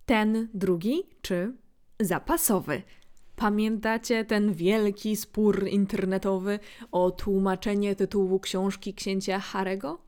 Ten drugi czy zapasowy? Pamiętacie ten wielki spór internetowy o tłumaczenie tytułu książki księcia Harry'ego?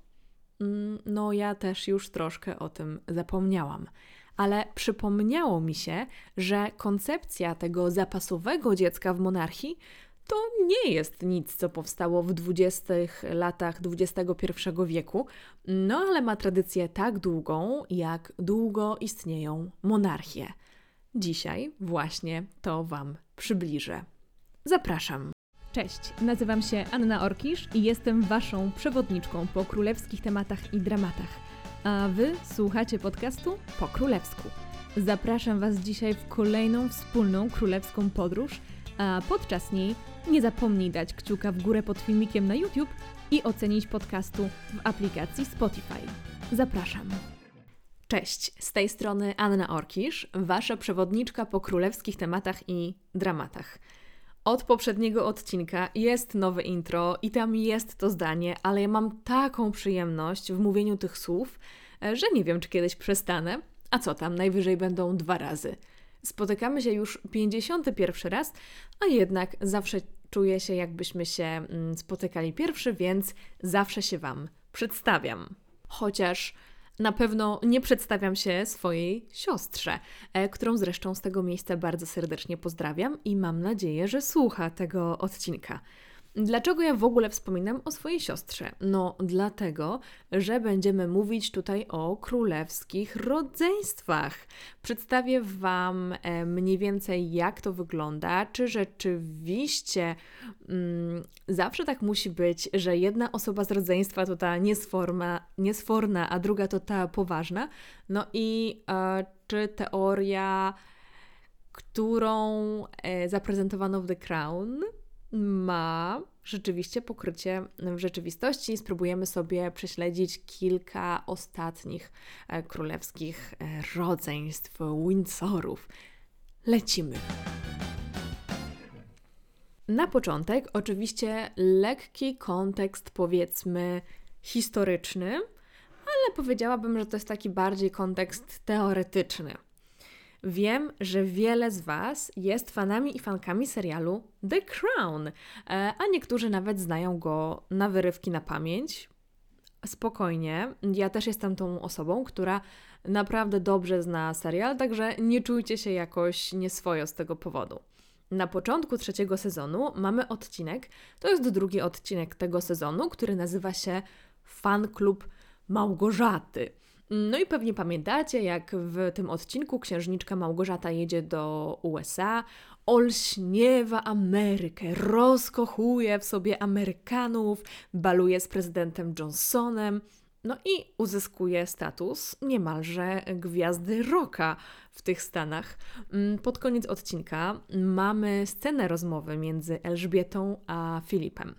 No ja też już troszkę o tym zapomniałam. Ale przypomniało mi się, że koncepcja tego zapasowego dziecka w monarchii to nie jest nic, co powstało w 20 latach XXI wieku, no ale ma tradycję tak długą, jak długo istnieją monarchie. Dzisiaj właśnie to Wam przybliżę. Zapraszam. Cześć, nazywam się Anna Orkisz i jestem Waszą przewodniczką po królewskich tematach i dramatach. A Wy słuchacie podcastu Po Królewsku. Zapraszam Was dzisiaj w kolejną wspólną królewską podróż, a podczas niej nie zapomnij dać kciuka w górę pod filmikiem na YouTube i ocenić podcastu w aplikacji Spotify. Zapraszam. Cześć, z tej strony Anna Orkisz, Wasza przewodniczka po królewskich tematach i dramatach. Od poprzedniego odcinka jest nowe intro i tam jest to zdanie, ale ja mam taką przyjemność w mówieniu tych słów, że nie wiem, czy kiedyś przestanę, a co tam, najwyżej będą 2 razy. Spotykamy się już 51 raz, a jednak zawsze czuję się, jakbyśmy się spotykali pierwszy, więc zawsze się Wam przedstawiam. Chociaż na pewno nie przedstawiam się swojej siostrze, którą zresztą z tego miejsca bardzo serdecznie pozdrawiam i mam nadzieję, że słucha tego odcinka. Dlaczego ja w ogóle wspominam o swojej siostrze? No dlatego, że będziemy mówić tutaj o królewskich rodzeństwach. Przedstawię Wam mniej więcej, jak to wygląda, czy rzeczywiście zawsze tak musi być, że jedna osoba z rodzeństwa to ta niesforna, a druga to ta poważna. No i czy teoria, którą zaprezentowano w The Crown, ma rzeczywiście pokrycie w rzeczywistości. Spróbujemy sobie prześledzić kilka ostatnich królewskich rodzeństw Windsorów. Lecimy! Na początek oczywiście lekki kontekst, powiedzmy, historyczny, ale powiedziałabym, że to jest taki bardziej kontekst teoretyczny. Wiem, że wiele z Was jest fanami i fankami serialu The Crown, a niektórzy nawet znają go na wyrywki na pamięć. Spokojnie, ja też jestem tą osobą, która naprawdę dobrze zna serial, także nie czujcie się jakoś nieswojo z tego powodu. Na początku 3. sezonu mamy odcinek, to jest 2. odcinek tego sezonu, który nazywa się Fan Klub Małgorzaty. No i pewnie pamiętacie, jak w tym odcinku księżniczka Małgorzata jedzie do USA, olśniewa Amerykę, rozkochuje w sobie Amerykanów, baluje z prezydentem Johnsonem, no i uzyskuje status niemalże gwiazdy rocka w tych Stanach. Pod koniec odcinka mamy scenę rozmowy między Elżbietą a Filipem.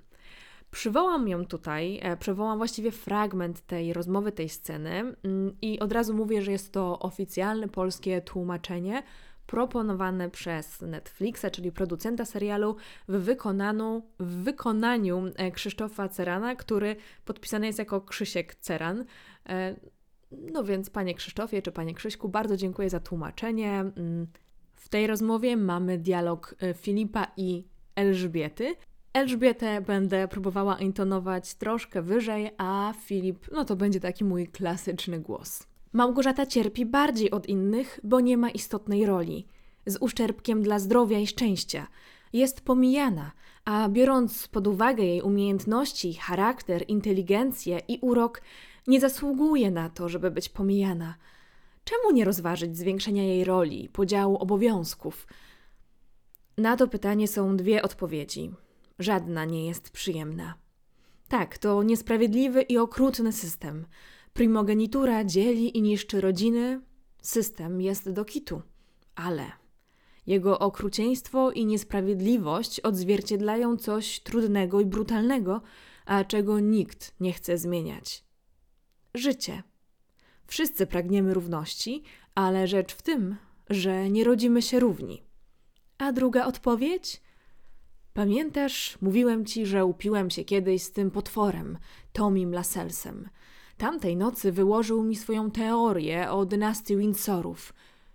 Przywołam właściwie fragment tej rozmowy, tej sceny i od razu mówię, że jest to oficjalne polskie tłumaczenie proponowane przez Netflixa, czyli producenta serialu w wykonaniu Krzysztofa Cerana, który podpisany jest jako Krzysiek Ceran. No więc panie Krzysztofie czy panie Krzyśku, bardzo dziękuję za tłumaczenie. W tej rozmowie mamy dialog Filipa i Elżbiety. Elżbietę będę próbowała intonować troszkę wyżej, a Filip, no to będzie taki mój klasyczny głos. Małgorzata cierpi bardziej od innych, bo nie ma istotnej roli. Z uszczerbkiem dla zdrowia i szczęścia. Jest pomijana, a biorąc pod uwagę jej umiejętności, charakter, inteligencję i urok, nie zasługuje na to, żeby być pomijana. Czemu nie rozważyć zwiększenia jej roli, podziału obowiązków? Na to pytanie są 2 odpowiedzi. Żadna nie jest przyjemna. Tak, to niesprawiedliwy i okrutny system. Primogenitura dzieli i niszczy rodziny. System jest do kitu. Ale jego okrucieństwo i niesprawiedliwość odzwierciedlają coś trudnego i brutalnego, a czego nikt nie chce zmieniać. Życie. Wszyscy pragniemy równości, ale rzecz w tym, że nie rodzimy się równi. A druga odpowiedź? Pamiętasz, mówiłem ci, że upiłem się kiedyś z tym potworem, Tomim Lasselsem. Tamtej nocy wyłożył mi swoją teorię o dynastii Windsorów.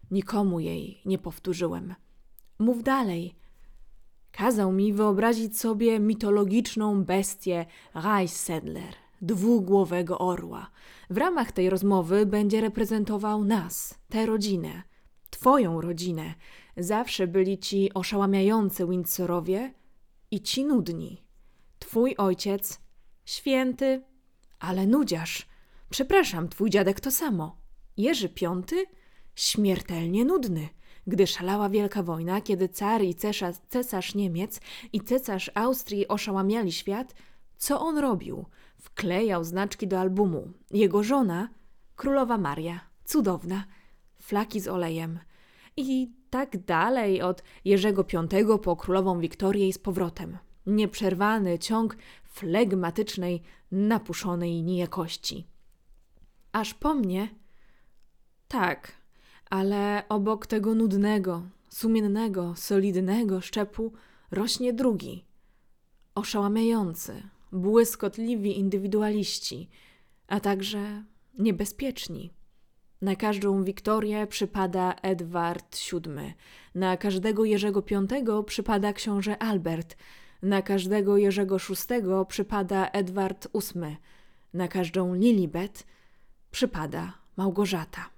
Nikomu jej nie powtórzyłem. Mów dalej. Kazał mi wyobrazić sobie mitologiczną bestię Reichsedler, dwugłowego orła. W ramach tej rozmowy będzie reprezentował nas, tę rodzinę, twoją rodzinę. Zawsze byli ci oszałamiający Windsorowie i ci nudni. Twój ojciec, święty, ale nudziarz. Przepraszam, twój dziadek to samo. Jerzy V, śmiertelnie nudny. Gdy szalała Wielka Wojna, kiedy car i cesarz Niemiec i cesarz Austrii oszałamiali świat, co on robił? Wklejał znaczki do albumu. Jego żona, królowa Maria, cudowna, flaki z olejem. I tak dalej od Jerzego V po królową Wiktorię i z powrotem. Nieprzerwany ciąg flegmatycznej, napuszonej niejakości. Aż po mnie? Tak, ale obok tego nudnego, sumiennego, solidnego szczepu rośnie drugi. Oszałamiający, błyskotliwi indywidualiści, a także niebezpieczni. Na każdą Wiktorię przypada Edward VII, na każdego Jerzego V przypada książę Albert, na każdego Jerzego VI przypada Edward VIII, na każdą Lilibet przypada Małgorzata.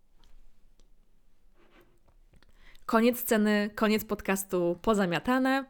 Koniec sceny, koniec podcastu pozamiatane.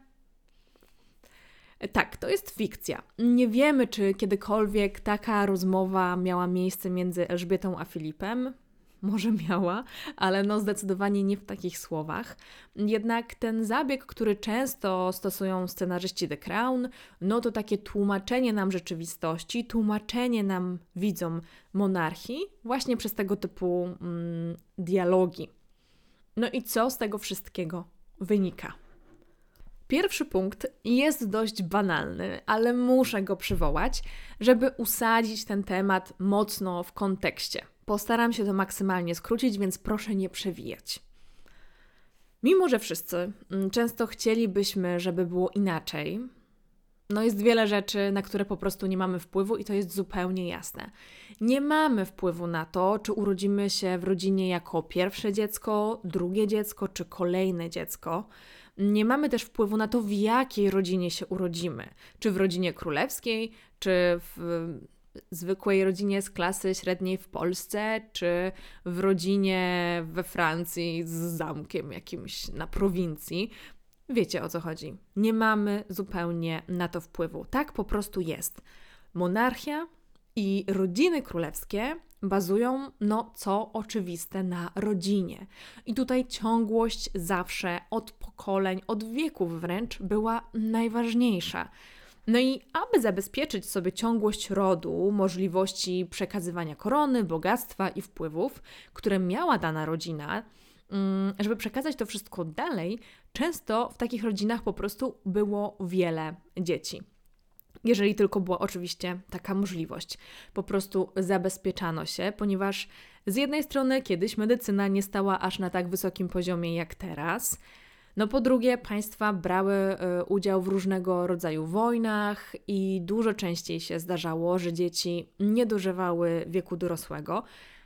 Tak, to jest fikcja. Nie wiemy, czy kiedykolwiek taka rozmowa miała miejsce między Elżbietą a Filipem. Może miała, ale zdecydowanie nie w takich słowach. Jednak ten zabieg, który często stosują scenarzyści The Crown, to takie tłumaczenie nam rzeczywistości, tłumaczenie nam, widzom, monarchii właśnie przez tego typu dialogi. No i co z tego wszystkiego wynika? Pierwszy punkt jest dość banalny, ale muszę go przywołać, żeby usadzić ten temat mocno w kontekście. Postaram się to maksymalnie skrócić, więc proszę nie przewijać. Mimo że wszyscy często chcielibyśmy, żeby było inaczej, jest wiele rzeczy, na które po prostu nie mamy wpływu i to jest zupełnie jasne. Nie mamy wpływu na to, czy urodzimy się w rodzinie jako pierwsze dziecko, drugie dziecko, czy kolejne dziecko. Nie mamy też wpływu na to, w jakiej rodzinie się urodzimy. Czy w rodzinie królewskiej, czy w zwykłej rodzinie z klasy średniej w Polsce, czy w rodzinie we Francji z zamkiem jakimś na prowincji. Wiecie, o co chodzi. Nie mamy zupełnie na to wpływu. Tak po prostu jest. Monarchia i rodziny królewskie bazują, co oczywiste, na rodzinie. I tutaj ciągłość zawsze, od pokoleń, od wieków wręcz, była najważniejsza. I aby zabezpieczyć sobie ciągłość rodu, możliwości przekazywania korony, bogactwa i wpływów, które miała dana rodzina, żeby przekazać to wszystko dalej, często w takich rodzinach po prostu było wiele dzieci. Jeżeli tylko była oczywiście taka możliwość. Po prostu zabezpieczano się, ponieważ z jednej strony kiedyś medycyna nie stała aż na tak wysokim poziomie jak teraz. Po drugie, państwa brały udział w różnego rodzaju wojnach i dużo częściej się zdarzało, że dzieci nie dożywały wieku dorosłego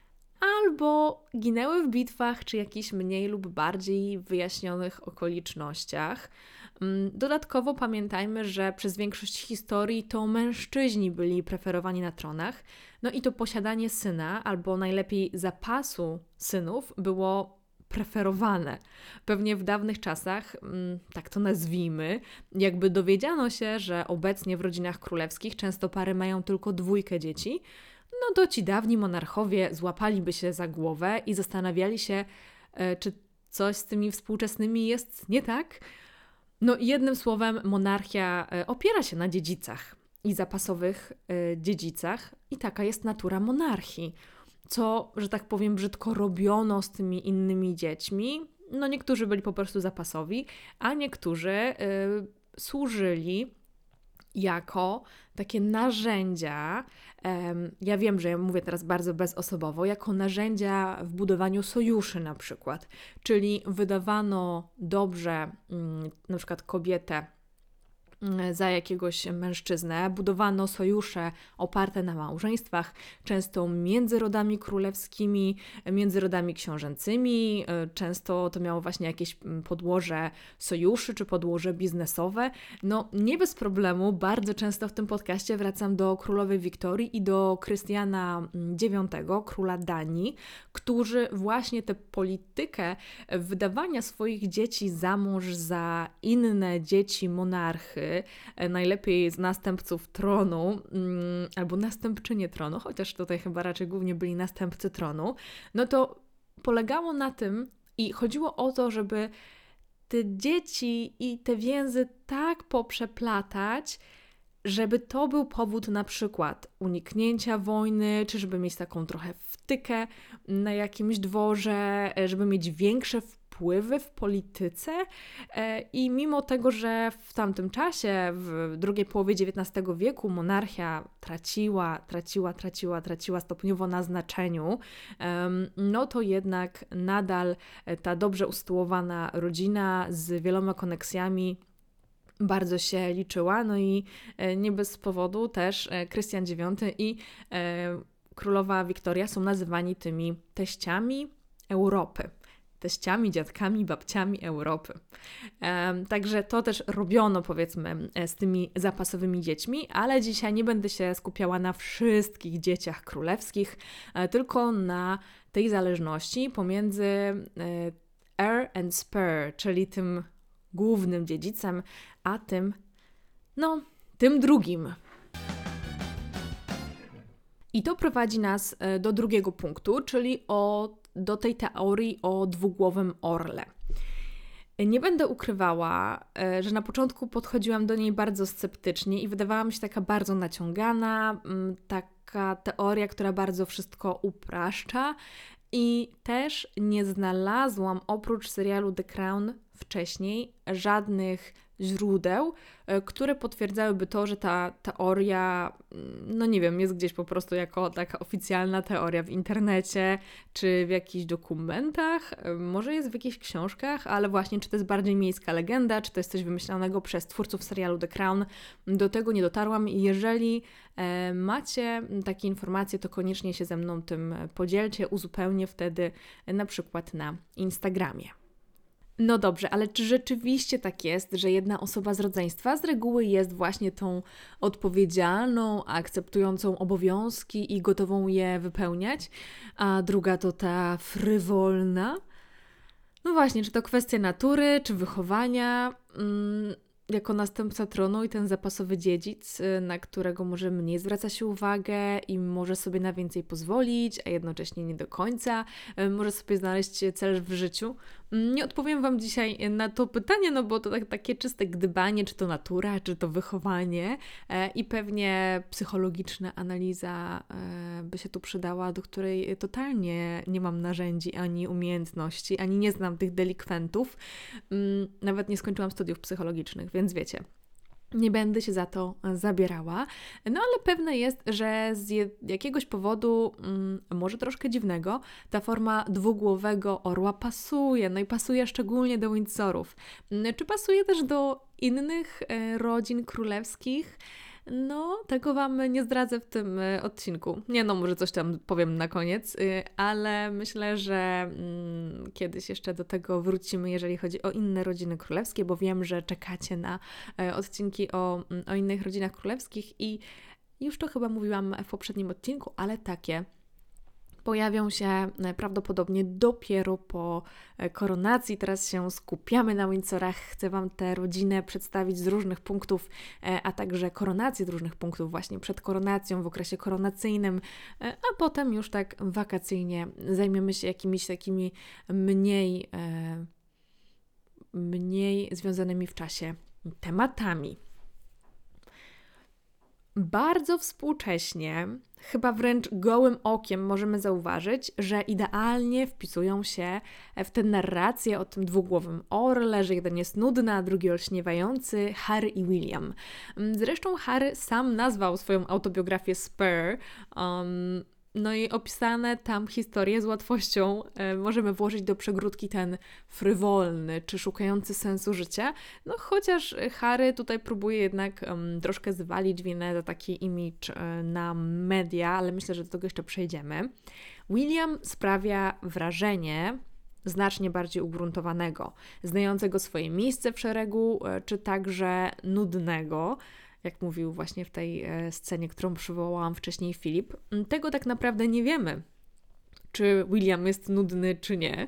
albo ginęły w bitwach czy jakichś mniej lub bardziej wyjaśnionych okolicznościach. Dodatkowo pamiętajmy, że przez większość historii to mężczyźni byli preferowani na tronach, i to posiadanie syna albo najlepiej zapasu synów było preferowane. Pewnie w dawnych czasach, tak to nazwijmy, jakby dowiedziano się, że obecnie w rodzinach królewskich często pary mają tylko 2 dzieci, to ci dawni monarchowie złapaliby się za głowę i zastanawiali się, czy coś z tymi współczesnymi jest nie tak. Jednym słowem, monarchia opiera się na dziedzicach i zapasowych dziedzicach i taka jest natura monarchii. Co, że tak powiem, brzydko robiono z tymi innymi dziećmi. Niektórzy byli po prostu zapasowi, a niektórzy służyli jako takie narzędzia, ja wiem, że ja mówię teraz bardzo bezosobowo, jako narzędzia w budowaniu sojuszy na przykład. Czyli wydawano dobrze na przykład kobietę za jakiegoś mężczyznę. Budowano sojusze oparte na małżeństwach, często między rodami królewskimi, między rodami książęcymi. Często to miało właśnie jakieś podłoże sojuszy czy podłoże biznesowe. No nie bez problemu, bardzo często w tym podcaście wracam do królowej Wiktorii i do Krystiana IX, króla Danii, którzy właśnie tę politykę wydawania swoich dzieci za mąż za inne dzieci monarchy, najlepiej z następców tronu, albo następczynie tronu, chociaż tutaj chyba raczej głównie byli następcy tronu, no to polegało na tym i chodziło o to, żeby te dzieci i te więzy tak poprzeplatać, żeby to był powód na przykład uniknięcia wojny, czy żeby mieć taką trochę wtykę na jakimś dworze, żeby mieć większe wpływy w polityce. I mimo tego, że w tamtym czasie, w drugiej połowie XIX wieku monarchia traciła stopniowo na znaczeniu, no to jednak nadal ta dobrze usytuowana rodzina z wieloma koneksjami bardzo się liczyła, no i nie bez powodu też Krystian IX i królowa Wiktoria są nazywani tymi teściami Europy. Teściami, dziadkami, babciami Europy. Także to też robiono, powiedzmy, z tymi zapasowymi dziećmi, ale dzisiaj nie będę się skupiała na wszystkich dzieciach królewskich, tylko na tej zależności pomiędzy heir and spare, czyli tym głównym dziedzicem, a tym drugim. I to prowadzi nas do drugiego punktu, czyli do tej teorii o dwugłowym orle. Nie będę ukrywała, że na początku podchodziłam do niej bardzo sceptycznie i wydawała mi się taka bardzo naciągana, taka teoria, która bardzo wszystko upraszcza. I też nie znalazłam oprócz serialu The Crown wcześniej żadnych źródeł, które potwierdzałyby to, że ta teoria, no nie wiem, jest gdzieś po prostu jako taka oficjalna teoria w internecie, czy w jakichś dokumentach, może jest w jakichś książkach, ale właśnie czy to jest bardziej miejska legenda, czy to jest coś wymyślonego przez twórców serialu The Crown, do tego nie dotarłam. Jeżeli macie takie informacje, to koniecznie się ze mną tym podzielcie, uzupełnię wtedy na przykład na Instagramie. No dobrze, ale czy rzeczywiście tak jest, że jedna osoba z rodzeństwa z reguły jest właśnie tą odpowiedzialną, akceptującą obowiązki i gotową je wypełniać, a druga to ta frywolna? No właśnie, czy to kwestia natury, czy wychowania? Jako następca tronu i ten zapasowy dziedzic, na którego może mniej zwraca się uwagę i może sobie na więcej pozwolić, a jednocześnie nie do końca może sobie znaleźć cel w życiu. Nie odpowiem Wam dzisiaj na to pytanie, no bo to takie czyste gdybanie, czy to natura, czy to wychowanie i pewnie psychologiczna analiza by się tu przydała, do której totalnie nie mam narzędzi, ani umiejętności, ani nie znam tych delikwentów. Nawet nie skończyłam studiów psychologicznych, więc wiecie, nie będę się za to zabierała. No ale pewne jest, że z jakiegoś powodu, może troszkę dziwnego, ta forma dwugłowego orła pasuje. No i pasuje szczególnie do Windsorów. Czy pasuje też do innych rodzin królewskich? No, tego Wam nie zdradzę w tym odcinku. Nie no, może coś tam powiem na koniec, ale myślę, że kiedyś jeszcze do tego wrócimy, jeżeli chodzi o inne rodziny królewskie, bo wiem, że czekacie na odcinki o innych rodzinach królewskich i już to chyba mówiłam w poprzednim odcinku, ale takie pojawią się prawdopodobnie dopiero po koronacji. Teraz się skupiamy na Windsorach. Chcę Wam tę rodzinę przedstawić z różnych punktów, a także koronację z różnych punktów właśnie przed koronacją, w okresie koronacyjnym, a potem już tak wakacyjnie zajmiemy się jakimiś takimi mniej związanymi w czasie tematami. Bardzo współcześnie, chyba wręcz gołym okiem możemy zauważyć, że idealnie wpisują się w tę narrację o tym dwugłowym orle, że jeden jest nudny, a drugi olśniewający, Harry i William. Zresztą Harry sam nazwał swoją autobiografię Spare, No i opisane tam historie z łatwością możemy włożyć do przegródki ten frywolny czy szukający sensu życia. No chociaż Harry tutaj próbuje jednak troszkę zwalić winę za taki imidż na media, ale myślę, że do tego jeszcze przejdziemy. William sprawia wrażenie znacznie bardziej ugruntowanego, znającego swoje miejsce w szeregu, czy także nudnego, jak mówił właśnie w tej scenie, którą przywołałam wcześniej Filip. Tego tak naprawdę nie wiemy, czy William jest nudny, czy nie.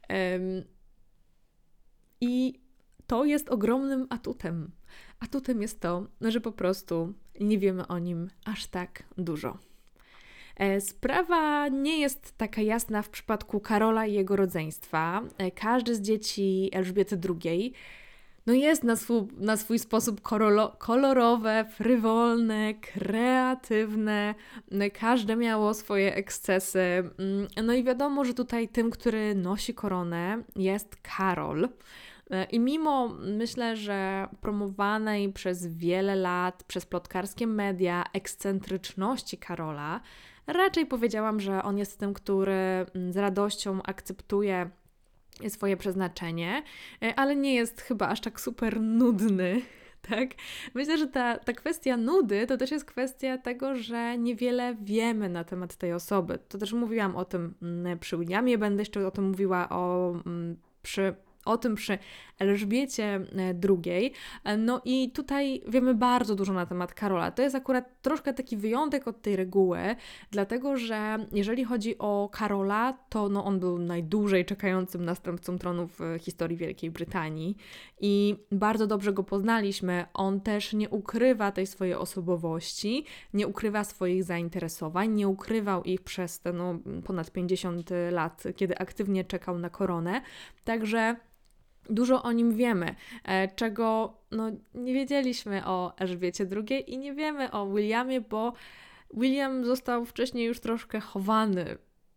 I to jest ogromnym atutem. Atutem jest to, że po prostu nie wiemy o nim aż tak dużo. Sprawa nie jest taka jasna w przypadku Karola i jego rodzeństwa. Każde z dzieci Elżbiety II jest na swój sposób kolorowe, frywolne, kreatywne. Każde miało swoje ekscesy. No i wiadomo, że tutaj tym, który nosi koronę, jest Karol. I mimo, myślę, że promowanej przez wiele lat przez plotkarskie media ekscentryczności Karola, raczej powiedziałam, że on jest tym, który z radością akceptuje swoje przeznaczenie, ale nie jest chyba aż tak super nudny, tak? Myślę, że ta kwestia nudy to też jest kwestia tego, że niewiele wiemy na temat tej osoby. To też mówiłam o tym przy Williamie, będę jeszcze o tym mówiła przy Elżbiecie II. No i tutaj wiemy bardzo dużo na temat Karola. To jest akurat troszkę taki wyjątek od tej reguły, dlatego że jeżeli chodzi o Karola, to on był najdłużej czekającym następcą tronu w historii Wielkiej Brytanii i bardzo dobrze go poznaliśmy. On też nie ukrywa tej swojej osobowości, nie ukrywa swoich zainteresowań, nie ukrywał ich przez te ponad 50 lat, kiedy aktywnie czekał na koronę. Także dużo o nim wiemy, czego nie wiedzieliśmy o Elżbiecie II i nie wiemy o Williamie, bo William został wcześniej już troszkę chowany.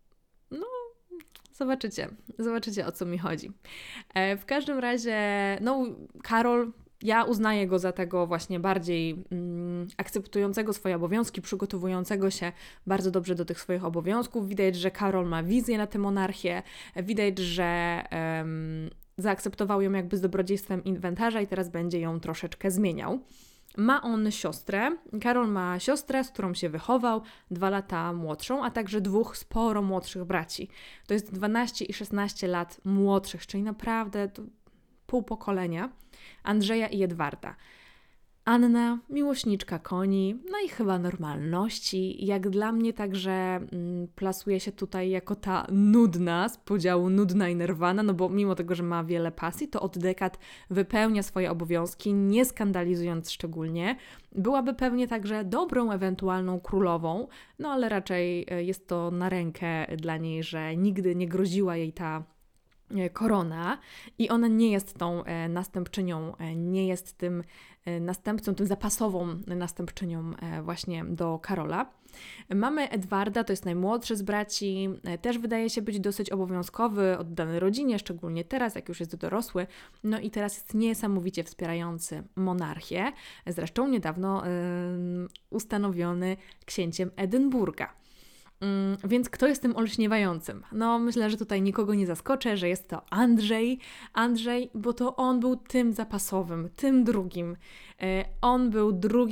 Zobaczycie o co mi chodzi. W każdym razie, Karol, ja uznaję go za tego właśnie bardziej akceptującego swoje obowiązki, przygotowującego się bardzo dobrze do tych swoich obowiązków. Widać, że Karol ma wizję na tę monarchię, widać, że zaakceptował ją jakby z dobrodziejstwem inwentarza i teraz będzie ją troszeczkę zmieniał. Ma on siostrę. Karol ma siostrę, z którą się wychował, 2 lata młodszą, a także 2 sporo młodszych braci. To jest 12 i 16 lat młodszych, czyli naprawdę pół pokolenia. Andrzeja i Edwarda. Anna, miłośniczka koni, i chyba normalności. Jak dla mnie także plasuje się tutaj jako ta nudna, z podziału nudna i nerwana, bo mimo tego, że ma wiele pasji, to od dekad wypełnia swoje obowiązki, nie skandalizując szczególnie. Byłaby pewnie także dobrą, ewentualną królową, ale raczej jest to na rękę dla niej, że nigdy nie groziła jej ta korona i ona nie jest tą następczynią, nie jest tym następcą, tym zapasową następczynią właśnie do Karola. Mamy Edwarda, to jest najmłodszy z braci, też wydaje się być dosyć obowiązkowy, oddany rodzinie, szczególnie teraz, jak już jest dorosły, i teraz jest niesamowicie wspierający monarchię, zresztą niedawno ustanowiony księciem Edynburga. Więc kto jest tym olśniewającym? Myślę, że tutaj nikogo nie zaskoczę, że jest to Andrzej, bo to on był tym zapasowym, tym drugim. On był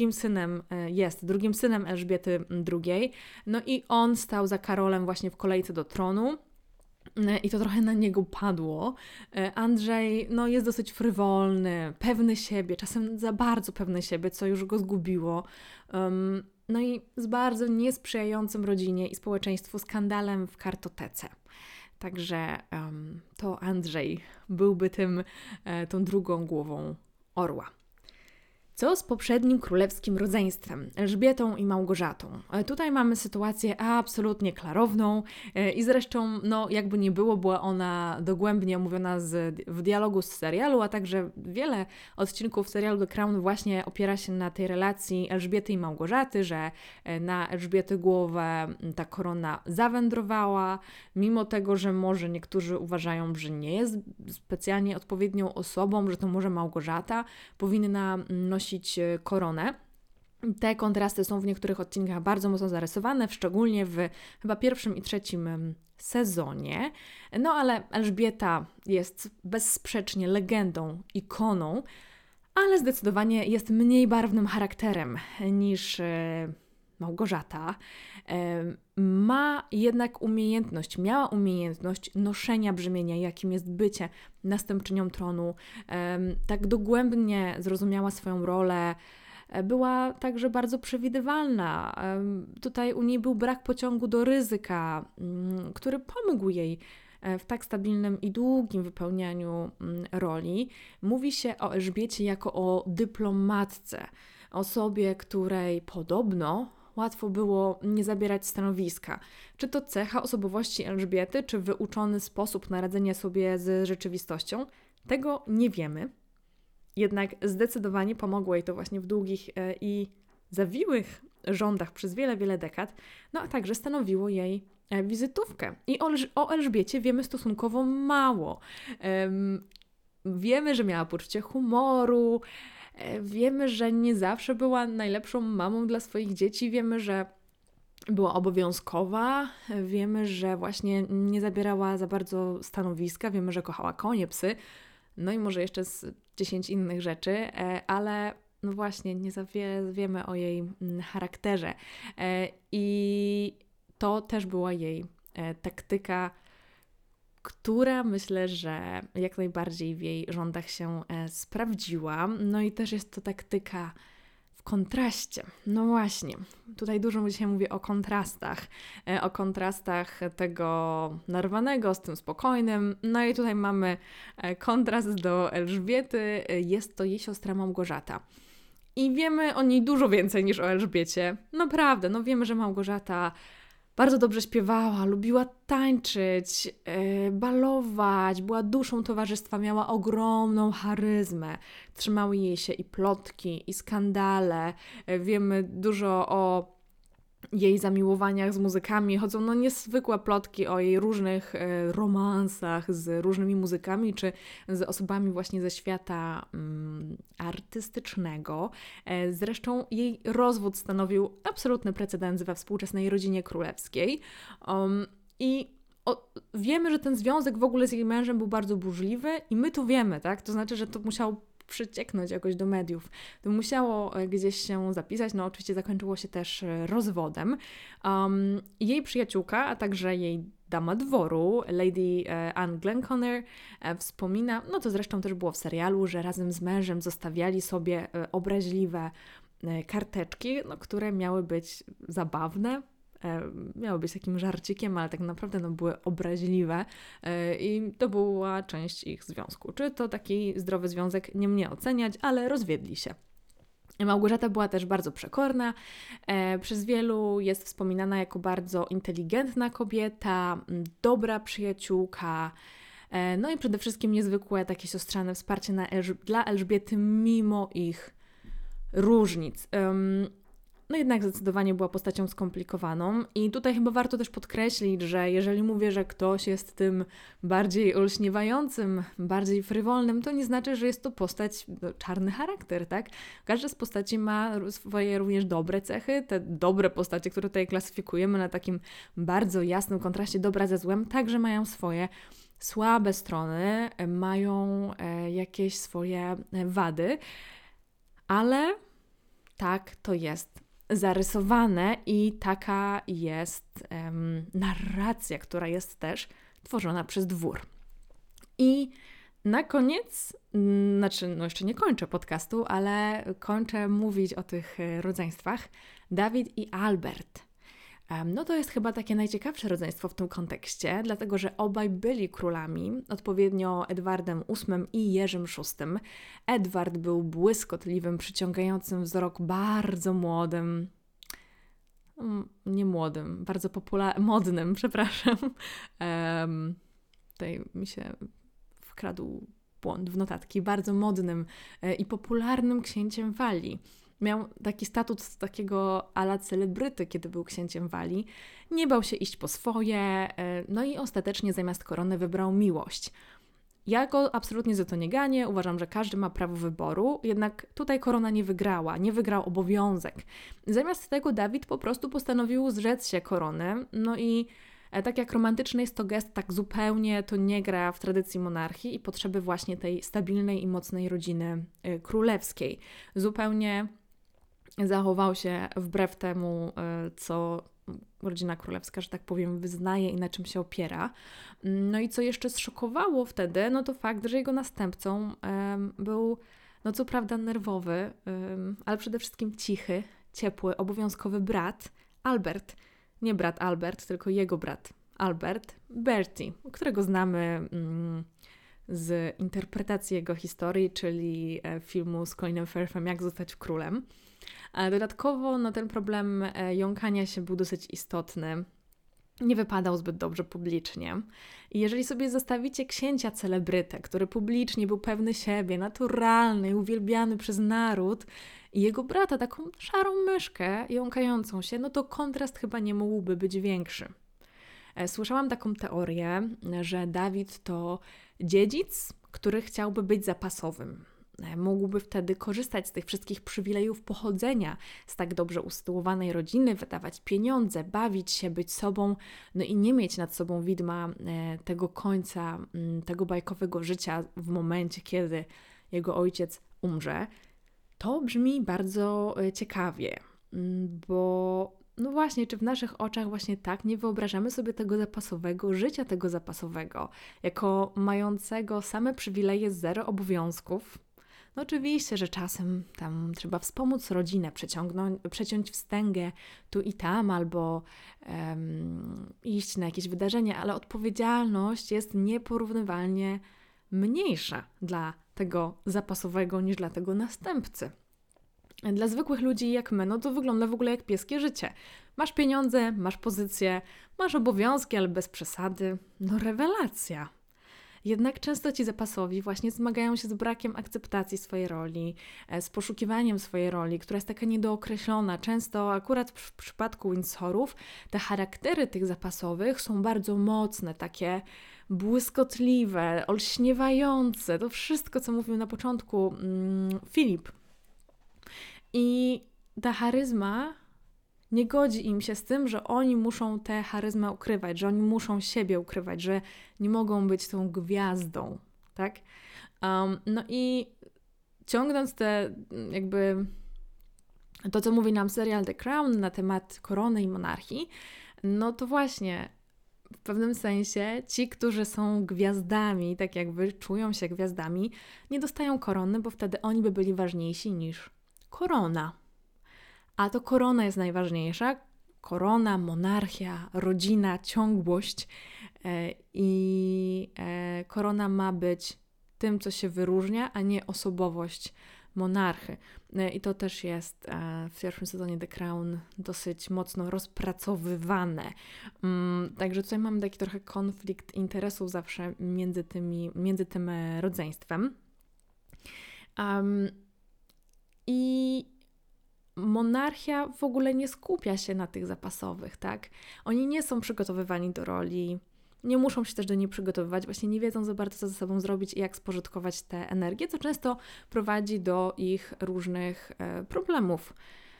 jest drugim synem Elżbiety II. I on stał za Karolem właśnie w kolejce do tronu. I to trochę na niego padło. Andrzej jest dosyć frywolny, pewny siebie, czasem za bardzo pewny siebie, co już go zgubiło. I z bardzo niesprzyjającym rodzinie i społeczeństwu skandalem w kartotece. Także to Andrzej byłby tą drugą głową orła. Co z poprzednim królewskim rodzeństwem, Elżbietą i Małgorzatą? Tutaj mamy sytuację absolutnie klarowną i zresztą, jakby nie było, była ona dogłębnie omówiona w dialogu z serialu, a także wiele odcinków serialu The Crown właśnie opiera się na tej relacji Elżbiety i Małgorzaty, że na Elżbiety głowę ta korona zawędrowała, mimo tego, że może niektórzy uważają, że nie jest specjalnie odpowiednią osobą, że to może Małgorzata powinna nosić koronę. Te kontrasty są w niektórych odcinkach bardzo mocno zarysowane, szczególnie w chyba pierwszym i trzecim sezonie. No ale Elżbieta jest bezsprzecznie legendą, ikoną, ale zdecydowanie jest mniej barwnym charakterem niż Małgorzata. Ma jednak miała umiejętność noszenia brzemienia, jakim jest bycie następczynią tronu. Tak dogłębnie zrozumiała swoją rolę. Była także bardzo przewidywalna. Tutaj u niej był brak pociągu do ryzyka, który pomógł jej w tak stabilnym i długim wypełnianiu roli. Mówi się o Elżbiecie jako o dyplomatce, osobie, której podobno łatwo było nie zabierać stanowiska. Czy to cecha osobowości Elżbiety, czy wyuczony sposób na radzenie sobie z rzeczywistością? Tego nie wiemy. Jednak zdecydowanie pomogło jej to właśnie w długich i zawiłych rządach przez wiele, wiele dekad, no a także stanowiło jej wizytówkę. I o Elżbiecie wiemy stosunkowo mało. Wiemy, że miała poczucie humoru, wiemy, że nie zawsze była najlepszą mamą dla swoich dzieci, wiemy, że była obowiązkowa, wiemy, że właśnie nie zabierała za bardzo stanowiska, wiemy, że kochała konie, psy, no i może jeszcze z 10 innych rzeczy, ale no właśnie nie za wiele wiemy o jej charakterze. I to też była jej taktyka, która myślę, że jak najbardziej w jej rządach się sprawdziła. No i też jest to taktyka w kontraście. No właśnie, tutaj dużo dzisiaj mówię o kontrastach tego narwanego z tym spokojnym. No i tutaj mamy kontrast do Elżbiety, jest to jej siostra Małgorzata. I wiemy o niej dużo więcej niż o Elżbiecie. Naprawdę, no wiemy, że Małgorzata bardzo dobrze śpiewała, lubiła tańczyć, balować, była duszą towarzystwa, miała ogromną charyzmę. Trzymały jej się i plotki, i skandale. Wiemy dużo o jej zamiłowaniach z muzykami. Chodzą no niezwykłe plotki o jej różnych romansach z różnymi muzykami, czy z osobami właśnie ze świata artystycznego. Zresztą jej rozwód stanowił absolutny precedens we współczesnej rodzinie królewskiej. Wiemy, że ten związek w ogóle z jej mężem był bardzo burzliwy i my to wiemy, tak? To znaczy, że to musiało przycieknąć jakoś do mediów. To musiało gdzieś się zapisać, no oczywiście zakończyło się też rozwodem. Jej przyjaciółka, a także jej dama dworu, Lady Anne Glenconner, wspomina, no to zresztą też było w serialu, że razem z mężem zostawiali sobie obraźliwe karteczki, no, które miały być zabawne, miały być takim żarcikiem, ale tak naprawdę no, były obraźliwe i to była część ich związku. Czy to taki zdrowy związek, nie mnie oceniać, ale rozwiedli się. Małgorzata była też bardzo przekorna, przez wielu jest wspominana jako bardzo inteligentna kobieta, dobra przyjaciółka, no i przede wszystkim niezwykłe takie siostrzane wsparcie dla Elżbiety mimo ich różnic. No jednak zdecydowanie była postacią skomplikowaną i tutaj chyba warto też podkreślić, że jeżeli mówię, że ktoś jest tym bardziej olśniewającym, bardziej frywolnym, to nie znaczy, że jest to postać, czarny charakter, tak? Każda z postaci ma swoje również dobre cechy, te dobre postacie, które tutaj klasyfikujemy na takim bardzo jasnym kontraście dobra ze złem, także mają swoje słabe strony, mają jakieś swoje wady, ale tak to jest zarysowane i taka jest narracja, która jest też tworzona przez dwór. I na koniec, no jeszcze nie kończę podcastu, ale kończę mówić o tych rodzeństwach. Dawid i Albert. No to jest chyba takie najciekawsze rodzeństwo w tym kontekście, dlatego że obaj byli królami, odpowiednio Edwardem VIII i Jerzym VI. Edward był błyskotliwym, przyciągającym wzrok, bardzo młodym, nie młodym, bardzo modnym, przepraszam. Tutaj mi się wkradł błąd w notatki, bardzo modnym i popularnym księciem Walii. Miał taki statut takiego a la celebryty, kiedy był księciem Walii. Nie bał się iść po swoje, no i ostatecznie zamiast korony wybrał miłość. Ja go absolutnie za to nie ganię, uważam, że każdy ma prawo wyboru, jednak tutaj korona nie wygrała, nie wygrał obowiązek. Zamiast tego Dawid po prostu postanowił zrzec się korony, no i tak jak romantyczny jest to gest, tak zupełnie to nie gra w tradycji monarchii i potrzeby właśnie tej stabilnej i mocnej rodziny królewskiej. Zupełnie zachował się wbrew temu, co rodzina królewska, że tak powiem, wyznaje i na czym się opiera. No i co jeszcze zszokowało wtedy, no to fakt, że jego następcą był, no co prawda nerwowy, ale przede wszystkim cichy, ciepły, obowiązkowy brat, Albert. Nie brat Albert, tylko jego brat Albert, Bertie, którego znamy z interpretacji jego historii, czyli filmu z Colinem Firthem Jak zostać królem. A dodatkowo no, ten problem jąkania się był dosyć istotny. Nie wypadał zbyt dobrze publicznie. I jeżeli sobie zostawicie księcia celebrytę, który publicznie był pewny siebie, naturalny, uwielbiany przez naród, i jego brata, taką szarą myszkę jąkającą się, no to kontrast chyba nie mógłby być większy. Słyszałam taką teorię, że Dawid to dziedzic, który chciałby być zapasowym. Mógłby wtedy korzystać z tych wszystkich przywilejów pochodzenia z tak dobrze usytuowanej rodziny, wydawać pieniądze, bawić się, być sobą, no i nie mieć nad sobą widma tego końca, tego bajkowego życia w momencie, kiedy jego ojciec umrze. To brzmi bardzo ciekawie, bo no właśnie, czy w naszych oczach właśnie tak nie wyobrażamy sobie tego zapasowego, życia tego zapasowego, jako mającego same przywileje, zero obowiązków? No oczywiście, że czasem tam trzeba wspomóc rodzinę, przeciąć wstęgę tu i tam, albo iść na jakieś wydarzenia, ale odpowiedzialność jest nieporównywalnie mniejsza dla tego zapasowego niż dla tego następcy. Dla zwykłych ludzi jak my, no to wygląda w ogóle jak pieskie życie. Masz pieniądze, masz pozycję, masz obowiązki, ale bez przesady. No rewelacja. Jednak często ci zapasowi właśnie zmagają się z brakiem akceptacji swojej roli, z poszukiwaniem swojej roli, która jest taka niedookreślona. Często akurat w przypadku Windsorów te charaktery tych zapasowych są bardzo mocne, takie błyskotliwe, olśniewające. To wszystko, co mówił na początku Filip. I ta charyzma nie godzi im się z tym, że oni muszą tę charyzmę ukrywać, że oni muszą siebie ukrywać, że nie mogą być tą gwiazdą, tak? No i ciągnąc te jakby to, co mówi nam serial The Crown na temat korony i monarchii, no to właśnie w pewnym sensie ci, którzy są gwiazdami, tak jakby czują się gwiazdami, nie dostają korony, bo wtedy oni by byli ważniejsi niż korona. A to korona jest najważniejsza. Korona, monarchia, rodzina, ciągłość i korona ma być tym, co się wyróżnia, a nie osobowość monarchy. I to też jest w pierwszym sezonie The Crown dosyć mocno rozpracowywane. Także tutaj mamy taki trochę konflikt interesów zawsze między tym rodzeństwem. I monarchia w ogóle nie skupia się na tych zapasowych, tak? Oni nie są przygotowywani do roli, nie muszą się też do niej przygotowywać, właśnie nie wiedzą za bardzo, co ze sobą zrobić i jak spożytkować tę energię, co często prowadzi do ich różnych problemów.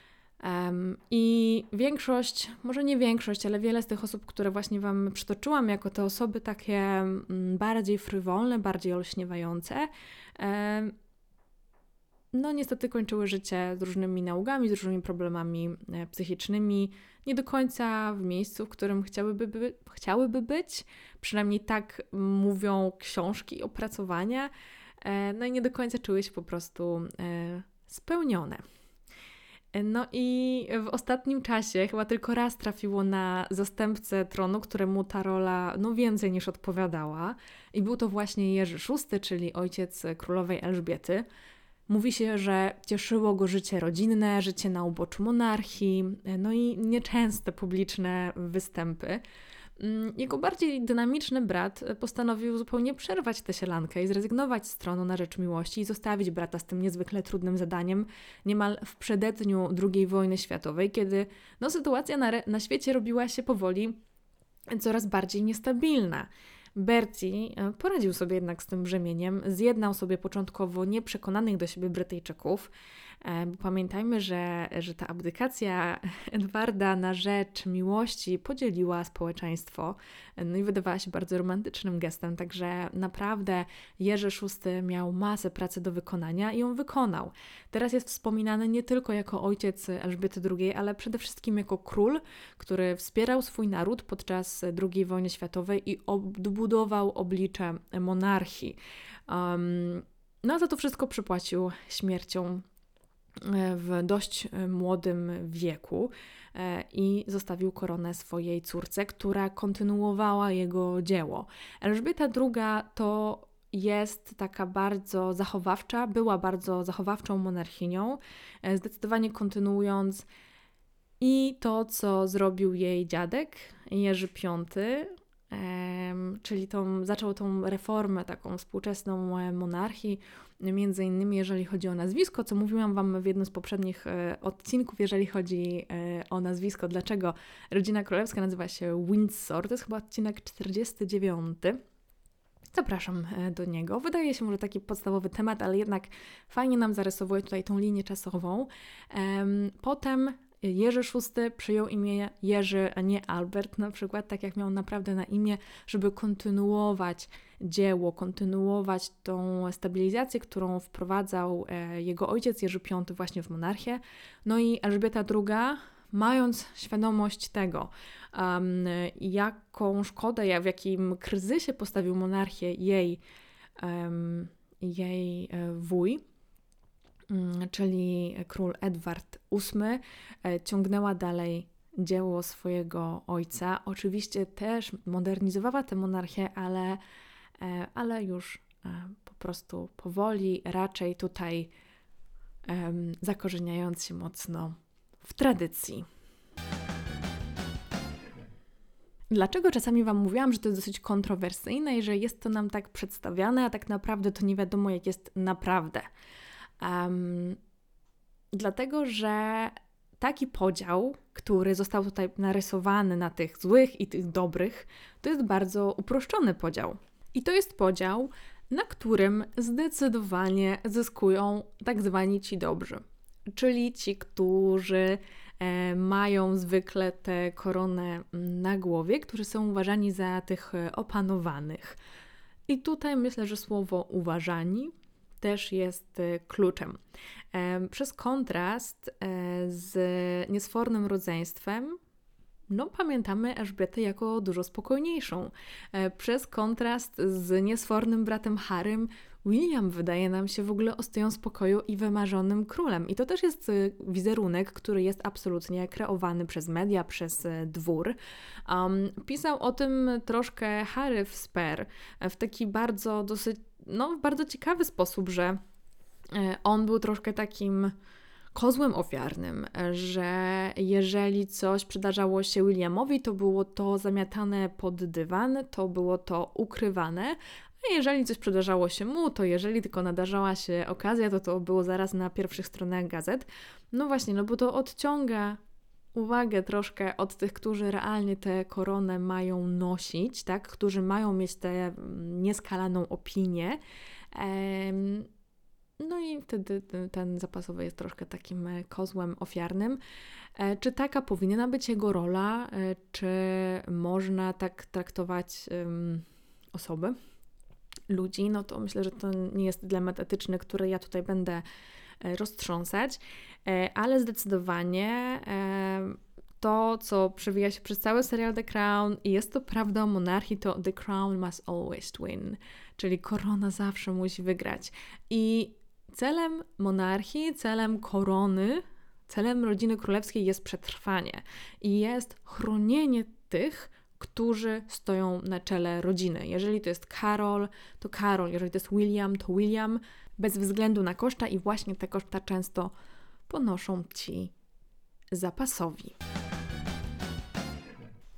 I większość, może nie większość, ale wiele z tych osób, które właśnie Wam przytoczyłam, jako te osoby takie bardziej frywolne, bardziej olśniewające, no niestety kończyły życie z różnymi nałogami, z różnymi problemami psychicznymi, nie do końca w miejscu, w którym chciałyby być, przynajmniej tak mówią książki i opracowania, no i nie do końca czuły się po prostu spełnione. No i w ostatnim czasie chyba tylko raz trafiło na zastępcę tronu, któremu ta rola więcej niż odpowiadała i był to właśnie Jerzy VI, czyli ojciec królowej Elżbiety. Mówi się, że cieszyło go życie rodzinne, życie na uboczu monarchii, no i nieczęste publiczne występy. Jego bardziej dynamiczny brat postanowił zupełnie przerwać tę sielankę i zrezygnować z tronu na rzecz miłości i zostawić brata z tym niezwykle trudnym zadaniem niemal w przededniu II wojny światowej, kiedy sytuacja na świecie robiła się powoli coraz bardziej niestabilna. Bertie poradził sobie jednak z tym brzemieniem, zjednał sobie początkowo nieprzekonanych do siebie Brytyjczyków, bo pamiętajmy, że ta abdykacja Edwarda na rzecz miłości podzieliła społeczeństwo, no i wydawała się bardzo romantycznym gestem, także naprawdę Jerzy VI miał masę pracy do wykonania i ją wykonał. Teraz jest wspominany nie tylko jako ojciec Elżbiety II, ale przede wszystkim jako król, który wspierał swój naród podczas II wojny światowej i odbudował oblicze monarchii. No za to wszystko przypłacił śmiercią w dość młodym wieku i zostawił koronę swojej córce, która kontynuowała jego dzieło. Elżbieta II to jest taka bardzo zachowawcza, była bardzo zachowawczą monarchinią, zdecydowanie kontynuując i to, co zrobił jej dziadek, Jerzy V, czyli zaczął tą reformę taką współczesną monarchii, między innymi jeżeli chodzi o nazwisko, co mówiłam Wam w jednym z poprzednich odcinków, jeżeli chodzi o nazwisko, dlaczego rodzina królewska nazywa się Windsor, to jest chyba odcinek 49. Zapraszam do niego. Wydaje się może taki podstawowy temat, ale jednak fajnie nam zarysowuje tutaj tą linię czasową. Potem Jerzy VI przyjął imię Jerzy, a nie Albert na przykład, tak jak miał naprawdę na imię, żeby kontynuować dzieło, kontynuować tą stabilizację, którą wprowadzał jego ojciec Jerzy V właśnie w monarchię. No i Elżbieta II, mając świadomość tego, jaką szkodę, w jakim kryzysie postawił monarchię jej wuj, czyli król Edward VIII, ciągnęła dalej dzieło swojego ojca. Oczywiście też modernizowała tę monarchię, ale już po prostu powoli, raczej tutaj zakorzeniając się mocno w tradycji. Dlaczego czasami Wam mówiłam, że to jest dosyć kontrowersyjne i że jest to nam tak przedstawiane, a tak naprawdę to nie wiadomo, jak jest naprawdę? Dlatego, że taki podział, który został tutaj narysowany na tych złych i tych dobrych, to jest bardzo uproszczony podział. I to jest podział, na którym zdecydowanie zyskują tak zwani ci dobrzy. Czyli ci, którzy mają zwykle tę koronę na głowie, którzy są uważani za tych opanowanych. I tutaj myślę, że słowo uważani też jest kluczem. Przez kontrast z niesfornym rodzeństwem, no pamiętamy Elżbietę jako dużo spokojniejszą. Przez kontrast z niesfornym bratem Harrym, William wydaje nam się w ogóle ostoją spokoju i wymarzonym królem. I to też jest wizerunek, który jest absolutnie kreowany przez media, przez dwór. Pisał o tym troszkę Harry w Spare w taki bardzo w bardzo ciekawy sposób, że on był troszkę takim kozłem ofiarnym, że jeżeli coś przydarzało się Williamowi, to było to zamiatane pod dywan, to było to ukrywane, a jeżeli coś przydarzało się mu, to jeżeli tylko nadarzała się okazja, to było zaraz na pierwszych stronach gazet. No właśnie, bo to odciąga uwagę troszkę od tych, którzy realnie tę koronę mają nosić, tak? Którzy mają mieć tę nieskalaną opinię. No i wtedy ten zapasowy jest troszkę takim kozłem ofiarnym. Czy taka powinna być jego rola? Czy można tak traktować osoby, ludzi? No to myślę, że to nie jest dylemat etyczny, który ja tutaj będę roztrząsać, ale zdecydowanie to, co przewija się przez cały serial The Crown i jest to prawda o monarchii, to The Crown must always win, czyli korona zawsze musi wygrać. I celem monarchii, celem korony, celem rodziny królewskiej jest przetrwanie i jest chronienie tych, którzy stoją na czele rodziny. Jeżeli to jest Karol, to Karol. Jeżeli to jest William, to William. Bez względu na koszta i właśnie te koszta często ponoszą ci zapasowi.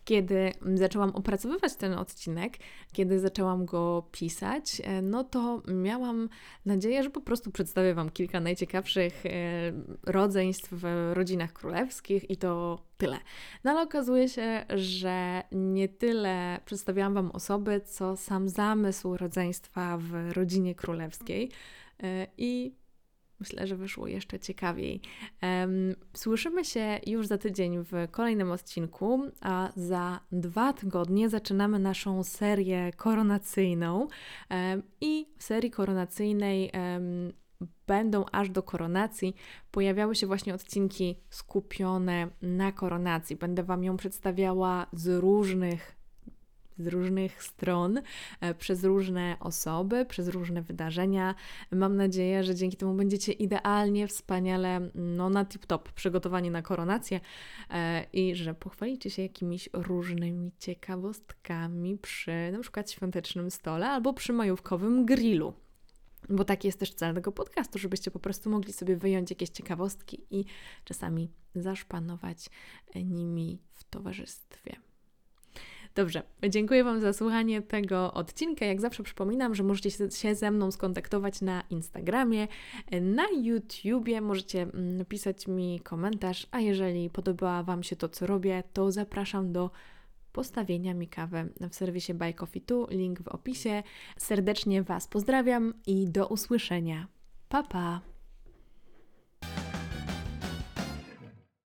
Kiedy zaczęłam opracowywać ten odcinek, kiedy zaczęłam go pisać, no to miałam nadzieję, że po prostu przedstawię Wam kilka najciekawszych rodzeństw w rodzinach królewskich i to tyle. No ale okazuje się, że nie tyle przedstawiałam Wam osoby, co sam zamysł rodzeństwa w rodzinie królewskiej i myślę, że wyszło jeszcze ciekawiej. Słyszymy się już za tydzień w kolejnym odcinku, a za 2 tygodnie zaczynamy naszą serię koronacyjną. I w serii koronacyjnej będą aż do koronacji pojawiały się właśnie odcinki skupione na koronacji. Będę Wam ją przedstawiała z różnych stron, przez różne osoby, przez różne wydarzenia. Mam nadzieję, że dzięki temu będziecie idealnie, wspaniale, na tip-top przygotowani na koronację i że pochwalicie się jakimiś różnymi ciekawostkami przy na przykład świątecznym stole albo przy majówkowym grillu. Bo taki jest też cel tego podcastu, żebyście po prostu mogli sobie wyjąć jakieś ciekawostki i czasami zaszpanować nimi w towarzystwie. Dobrze, dziękuję Wam za słuchanie tego odcinka. Jak zawsze przypominam, że możecie się ze mną skontaktować na Instagramie, na YouTubie, możecie napisać mi komentarz, a jeżeli podoba Wam się to, co robię, to zapraszam do postawienia mi kawy w serwisie Buy Coffee Tu, link w opisie. Serdecznie Was pozdrawiam i do usłyszenia. Pa, pa!